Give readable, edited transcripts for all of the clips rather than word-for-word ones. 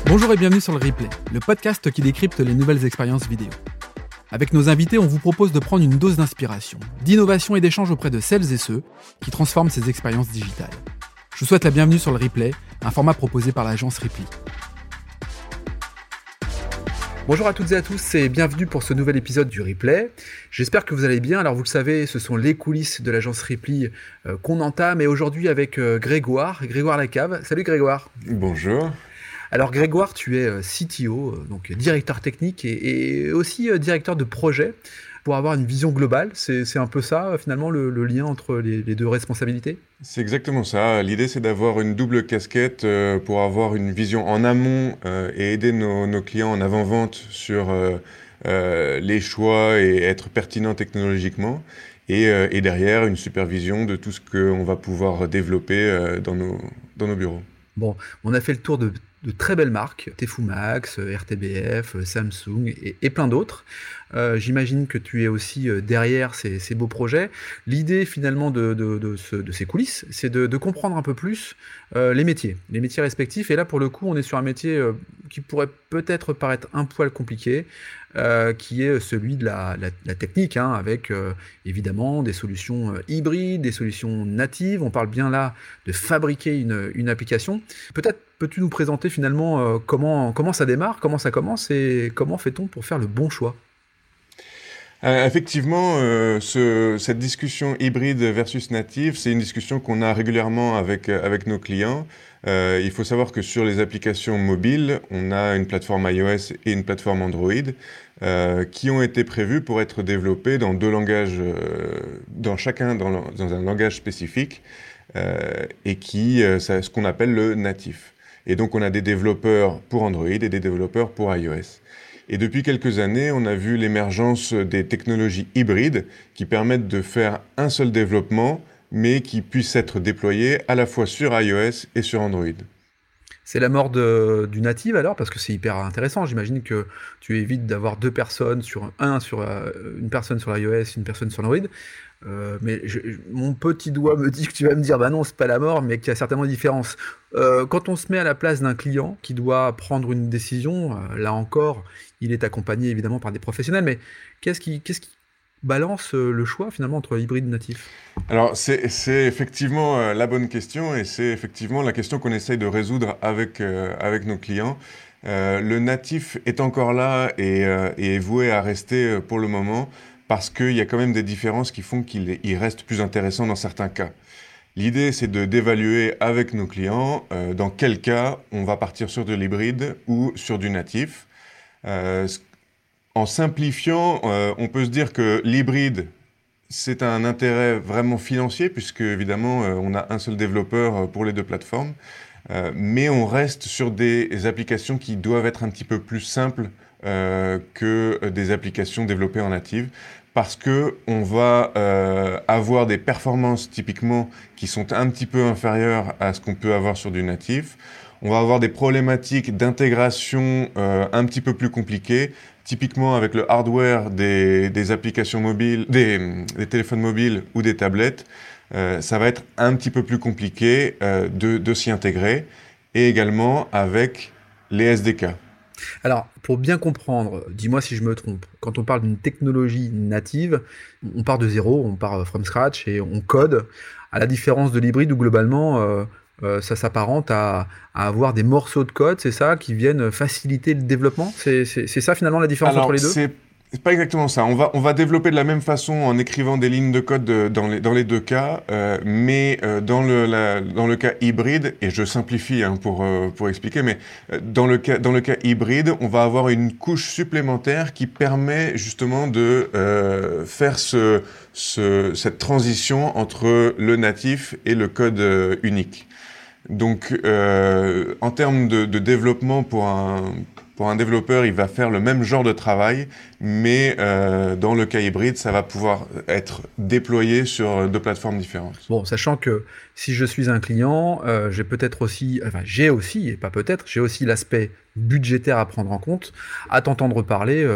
Bonjour et bienvenue sur le Replay, le podcast qui décrypte les nouvelles expériences vidéo. Avec nos invités, on vous propose de prendre une dose d'inspiration, d'innovation et d'échange auprès de celles et ceux qui transforment ces expériences digitales. Je vous souhaite la bienvenue sur le Replay, un format proposé par l'agence Ripley. Bonjour à toutes et à tous et bienvenue pour ce nouvel épisode du Replay. J'espère que vous allez bien. Alors vous le savez, ce sont les coulisses de l'agence Ripley qu'on entame et aujourd'hui avec Grégoire Lacave. Salut Grégoire. Bonjour. Alors Grégoire, tu es CTO, donc directeur technique et aussi directeur de projet pour avoir une vision globale. C'est un peu ça finalement le lien entre les deux responsabilités ? C'est exactement ça. L'idée c'est d'avoir une double casquette pour avoir une vision en amont et aider nos clients en avant-vente sur les choix et être pertinent technologiquement. Et derrière, une supervision de tout ce qu'on va pouvoir développer dans nos bureaux. Bon, on a fait le tour de très belles marques, Tefumax, RTBF, Samsung et plein d'autres. J'imagine que tu es aussi derrière ces beaux projets. L'idée finalement de ces coulisses, c'est de comprendre un peu plus les métiers respectifs. Et là, pour le coup, on est sur un métier qui pourrait peut-être paraître un poil compliqué, qui est celui de la technique, avec évidemment des solutions hybrides, des solutions natives. On parle bien là de fabriquer une application. Peut-être peux-tu nous présenter finalement comment ça démarre, comment ça commence et comment fait-on pour faire le bon choix ? Effectivement, cette discussion hybride versus native, c'est une discussion qu'on a régulièrement avec nos clients. Il faut savoir que sur les applications mobiles, on a une plateforme iOS et une plateforme Android qui ont été prévues pour être développées dans deux langages, dans un langage spécifique et c'est ce qu'on appelle le natif. Et donc on a des développeurs pour Android et des développeurs pour iOS. Et depuis quelques années, on a vu l'émergence des technologies hybrides qui permettent de faire un seul développement, mais qui puissent être déployés à la fois sur iOS et sur Android. C'est la mort du native alors, parce que c'est hyper intéressant. J'imagine que tu évites d'avoir deux personnes une personne sur iOS, une personne sur Android. Mais mon petit doigt me dit que tu vas me dire bah non, c'est pas la mort, mais qu'il y a certainement des différences. Quand on se met à la place d'un client qui doit prendre une décision, là encore, il est accompagné évidemment par des professionnels, mais qu'est-ce qui balance le choix finalement entre hybride et natif ? Alors c'est effectivement la bonne question et c'est effectivement la question qu'on essaye de résoudre avec nos clients. Le natif est encore là et est voué à rester pour le moment parce qu'il y a quand même des différences qui font qu'il reste plus intéressant dans certains cas. L'idée, c'est d'évaluer avec nos clients dans quel cas on va partir sur de l'hybride ou sur du natif. En simplifiant, on peut se dire que l'hybride, c'est un intérêt vraiment financier puisque évidemment, on a un seul développeur pour les deux plateformes. Mais on reste sur des applications qui doivent être un petit peu plus simples que des applications développées en native. Parce que on va avoir des performances typiquement qui sont un petit peu inférieures à ce qu'on peut avoir sur du natif. On va avoir des problématiques d'intégration un petit peu plus compliquées, typiquement avec le hardware des applications mobiles, des téléphones mobiles ou des tablettes. Ça va être un petit peu plus compliqué de s'y intégrer, et également avec les SDK. Alors, pour bien comprendre, dis-moi si je me trompe, quand on parle d'une technologie native, on part de zéro, on part from scratch et on code, à la différence de l'hybride où globalement ça s'apparente à avoir des morceaux de code, c'est ça, qui viennent faciliter le développement ? C'est ça finalement la différence entre les deux ? C'est pas exactement ça. On va développer de la même façon en écrivant des lignes de code dans les deux cas, mais dans le cas hybride, et je simplifie pour expliquer, mais dans le cas hybride, on va avoir une couche supplémentaire qui permet justement de faire cette transition entre le natif et le code unique. Donc, en termes de développement pour un développeur, il va faire le même genre de travail, mais dans le cas hybride, ça va pouvoir être déployé sur deux plateformes différentes. Bon, sachant que si je suis un client, j'ai aussi l'aspect budgétaire à prendre en compte. À t'entendre parler,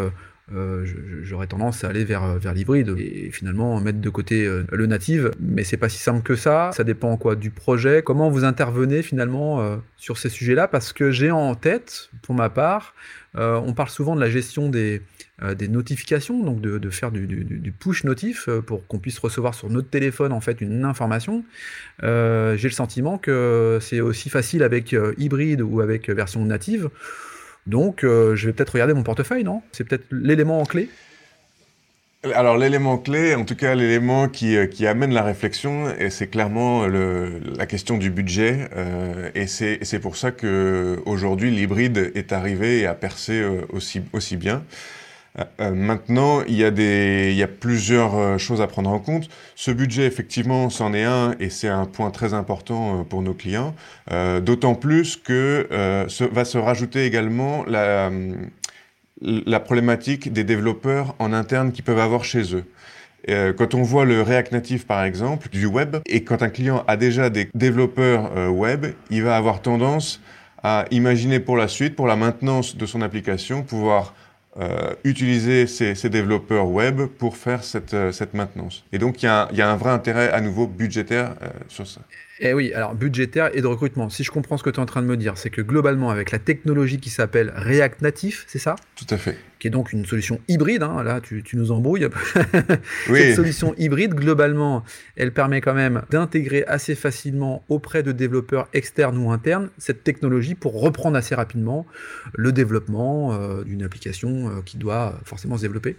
j'aurais tendance à aller vers l'hybride et finalement mettre de côté le native. Mais c'est pas si simple que ça. Ça dépend quoi du projet. Comment vous intervenez finalement sur ces sujets-là? Parce que j'ai en tête, pour ma part, on parle souvent de la gestion des notifications, donc de faire du push notif pour qu'on puisse recevoir sur notre téléphone en fait une information. J'ai le sentiment que c'est aussi facile avec hybride ou avec version native. Donc, je vais peut-être regarder mon portefeuille, non? C'est peut-être l'élément en clé? Alors l'élément clé, en tout cas l'élément qui amène la réflexion, et c'est clairement la question du budget. Et c'est pour ça qu'aujourd'hui l'hybride est arrivé et a percé aussi bien. Maintenant, il y a plusieurs choses à prendre en compte. Ce budget, effectivement, c'en est un et c'est un point très important pour nos clients. D'autant plus que va se rajouter également la problématique des développeurs en interne qu'ils peuvent avoir chez eux. Quand on voit le React Native, par exemple, du web, et quand un client a déjà des développeurs web, il va avoir tendance à imaginer pour la suite, pour la maintenance de son application, pouvoir utiliser ces développeurs web pour faire cette maintenance. Et donc, il y a un vrai intérêt à nouveau budgétaire sur ça. Eh oui, alors budgétaire et de recrutement. Si je comprends ce que tu es en train de me dire, c'est que globalement, avec la technologie qui s'appelle React Native, c'est ça? Tout à fait. Qui est donc une solution hybride, hein, là tu nous embrouilles. Oui. Cette solution hybride, globalement, elle permet quand même d'intégrer assez facilement auprès de développeurs externes ou internes cette technologie pour reprendre assez rapidement le développement d'une application qui doit forcément se développer.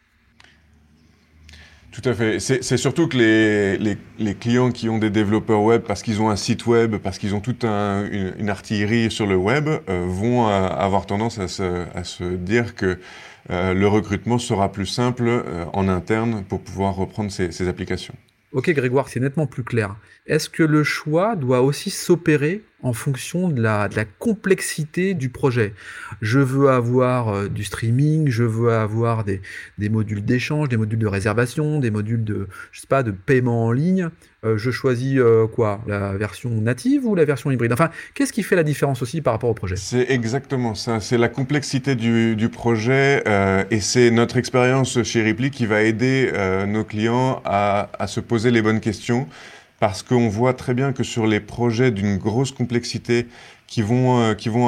Tout à fait. C'est surtout que les clients qui ont des développeurs web, parce qu'ils ont un site web, parce qu'ils ont toute une artillerie sur le web, vont avoir tendance à se dire que le recrutement sera plus simple en interne pour pouvoir reprendre ces applications. Ok Grégoire, c'est nettement plus clair. Est-ce que le choix doit aussi s'opérer en fonction de la complexité du projet? Je veux avoir du streaming, je veux avoir des modules d'échange, des modules de réservation, des modules je sais pas, de paiement en ligne. Je choisis quoi? La version native ou la version hybride? Enfin, qu'est-ce qui fait la différence aussi par rapport au projet? C'est exactement ça. C'est la complexité du projet et c'est notre expérience chez Ripply qui va aider nos clients à se poser les bonnes questions. Parce qu'on voit très bien que sur les projets d'une grosse complexité qui vont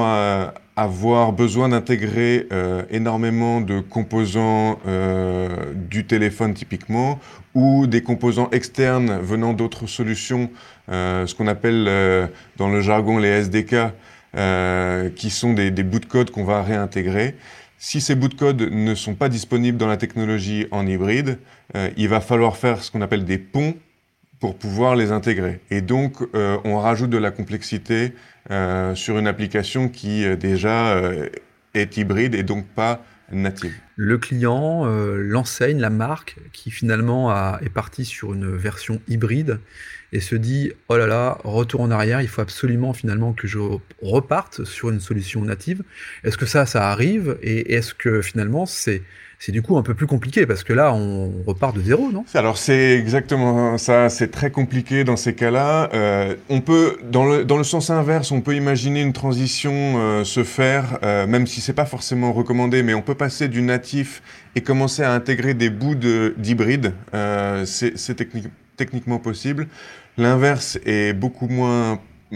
avoir besoin d'intégrer énormément de composants du téléphone typiquement, ou des composants externes venant d'autres solutions, ce qu'on appelle dans le jargon les SDK, qui sont des bouts de code qu'on va réintégrer. Si ces bouts de code ne sont pas disponibles dans la technologie en hybride, il va falloir faire ce qu'on appelle des ponts pour pouvoir les intégrer. Et donc, on rajoute de la complexité sur une application qui déjà est hybride et donc pas native. Le client, l'enseigne, la marque, qui finalement est parti sur une version hybride et se dit « Oh là là, retour en arrière, il faut absolument finalement que je reparte sur une solution native ». Est-ce que ça arrive? Et est-ce que finalement c'est du coup un peu plus compliqué parce que là on repart de zéro, non? Alors c'est exactement ça, c'est très compliqué dans ces cas-là. On peut, dans le sens inverse, on peut imaginer une transition se faire, même si c'est pas forcément recommandé, mais on peut passer du natif et commencer à intégrer des bouts d'hybride. C'est techniquement possible. L'inverse est beaucoup moins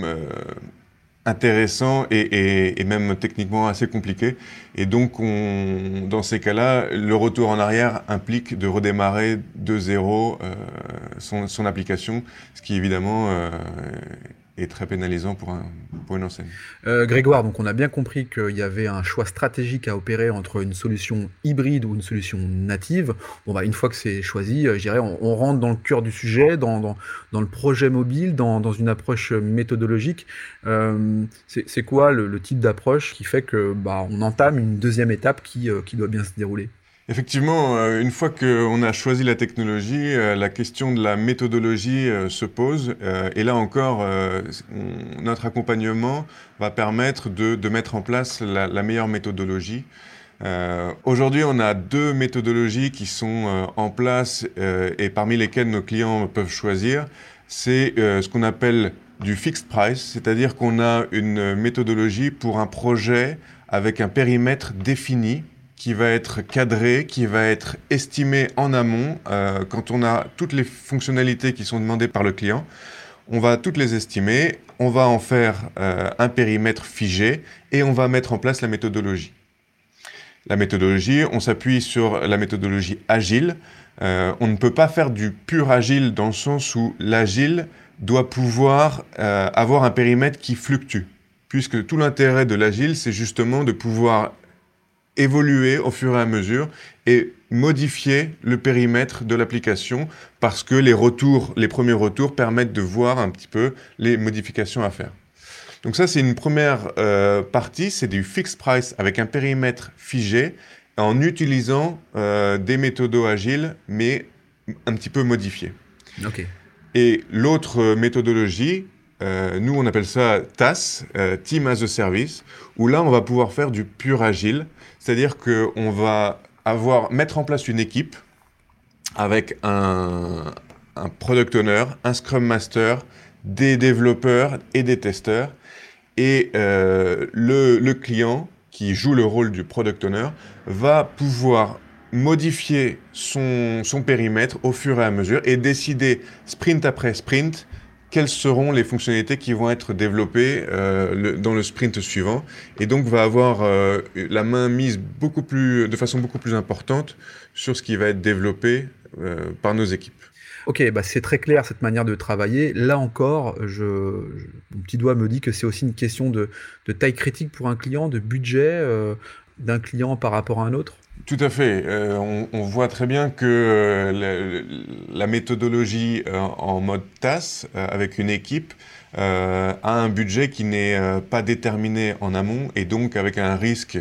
intéressant et même techniquement assez compliqué. Et donc, dans ces cas-là, le retour en arrière implique de redémarrer de zéro son application, ce qui évidemment est très pénalisant pour une enseigne. Grégoire, donc on a bien compris qu'il y avait un choix stratégique à opérer entre une solution hybride ou une solution native. Bon, bah, une fois que c'est choisi, je dirais, on rentre dans le cœur du sujet, dans le projet mobile, dans une approche méthodologique. C'est quoi le type d'approche qui fait que on entame une deuxième étape qui doit bien se dérouler? Effectivement, une fois qu'on a choisi la technologie, la question de la méthodologie se pose. Et là encore, notre accompagnement va permettre de mettre en place la meilleure méthodologie. Aujourd'hui, on a 2 méthodologies qui sont en place et parmi lesquelles nos clients peuvent choisir. C'est ce qu'on appelle du fixed price, c'est-à-dire qu'on a une méthodologie pour un projet avec un périmètre défini qui va être cadré, qui va être estimé en amont. Quand on a toutes les fonctionnalités qui sont demandées par le client, on va toutes les estimer, on va en faire un périmètre figé et on va mettre en place la méthodologie. La méthodologie, on s'appuie sur la méthodologie agile. On ne peut pas faire du pur agile dans le sens où l'agile doit pouvoir avoir un périmètre qui fluctue, puisque tout l'intérêt de l'agile, c'est justement de pouvoir évoluer au fur et à mesure et modifier le périmètre de l'application parce que les premiers retours permettent de voir un petit peu les modifications à faire. Donc ça, c'est une première partie, c'est du fixed price avec un périmètre figé en utilisant des méthodos agiles, mais un petit peu modifiés. Ok. Et l'autre méthodologie, nous on appelle ça TAS, Team as a Service, où là on va pouvoir faire du pur agile, c'est-à-dire qu'on va mettre en place une équipe avec un product owner, un scrum master, des développeurs et des testeurs. Et le client, qui joue le rôle du product owner, va pouvoir modifier son périmètre au fur et à mesure et décider sprint après sprint quelles seront les fonctionnalités qui vont être développées dans le sprint suivant, et donc va avoir la main mise de façon beaucoup plus importante sur ce qui va être développé par nos équipes. Ok, c'est très clair cette manière de travailler. Là encore, mon petit doigt me dit que c'est aussi une question de taille critique pour un client, de budget d'un client par rapport à un autre. Tout à fait. On voit très bien que la méthodologie en mode TAS, avec une équipe, a un budget qui n'est pas déterminé en amont et donc avec un risque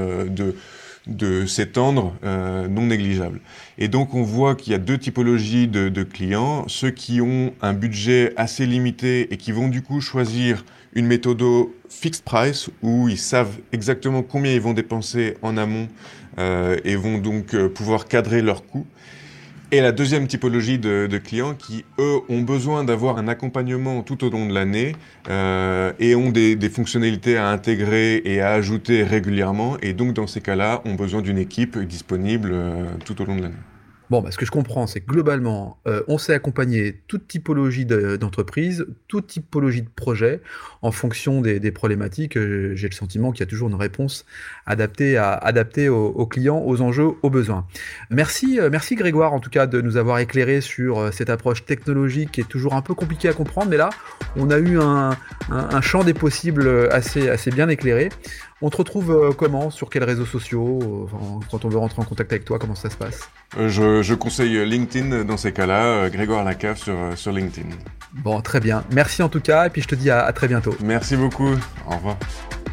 de s'étendre non négligeable. Et donc on voit qu'il y a deux typologies de clients, ceux qui ont un budget assez limité et qui vont du coup choisir une méthode fixed price où ils savent exactement combien ils vont dépenser en amont et vont donc pouvoir cadrer leurs coûts. Et la deuxième typologie de clients qui, eux, ont besoin d'avoir un accompagnement tout au long de l'année et ont des fonctionnalités à intégrer et à ajouter régulièrement. Et donc, dans ces cas-là, ont besoin d'une équipe disponible tout au long de l'année. Bon, ce que je comprends, c'est que globalement, on sait accompagner toute typologie d'entreprise, toute typologie de projet, en fonction des problématiques. J'ai le sentiment qu'il y a toujours une réponse adaptée aux clients, aux enjeux, aux besoins. Merci Grégoire, en tout cas, de nous avoir éclairé sur cette approche technologique qui est toujours un peu compliquée à comprendre, mais là, on a eu un champ des possibles assez bien éclairé. On te retrouve comment? Sur quels réseaux sociaux? Quand on veut rentrer en contact avec toi, comment ça se passe? Je conseille LinkedIn dans ces cas-là, Grégoire Lacave sur LinkedIn. Bon, très bien. Merci en tout cas, et puis je te dis à très bientôt. Merci beaucoup. Au revoir.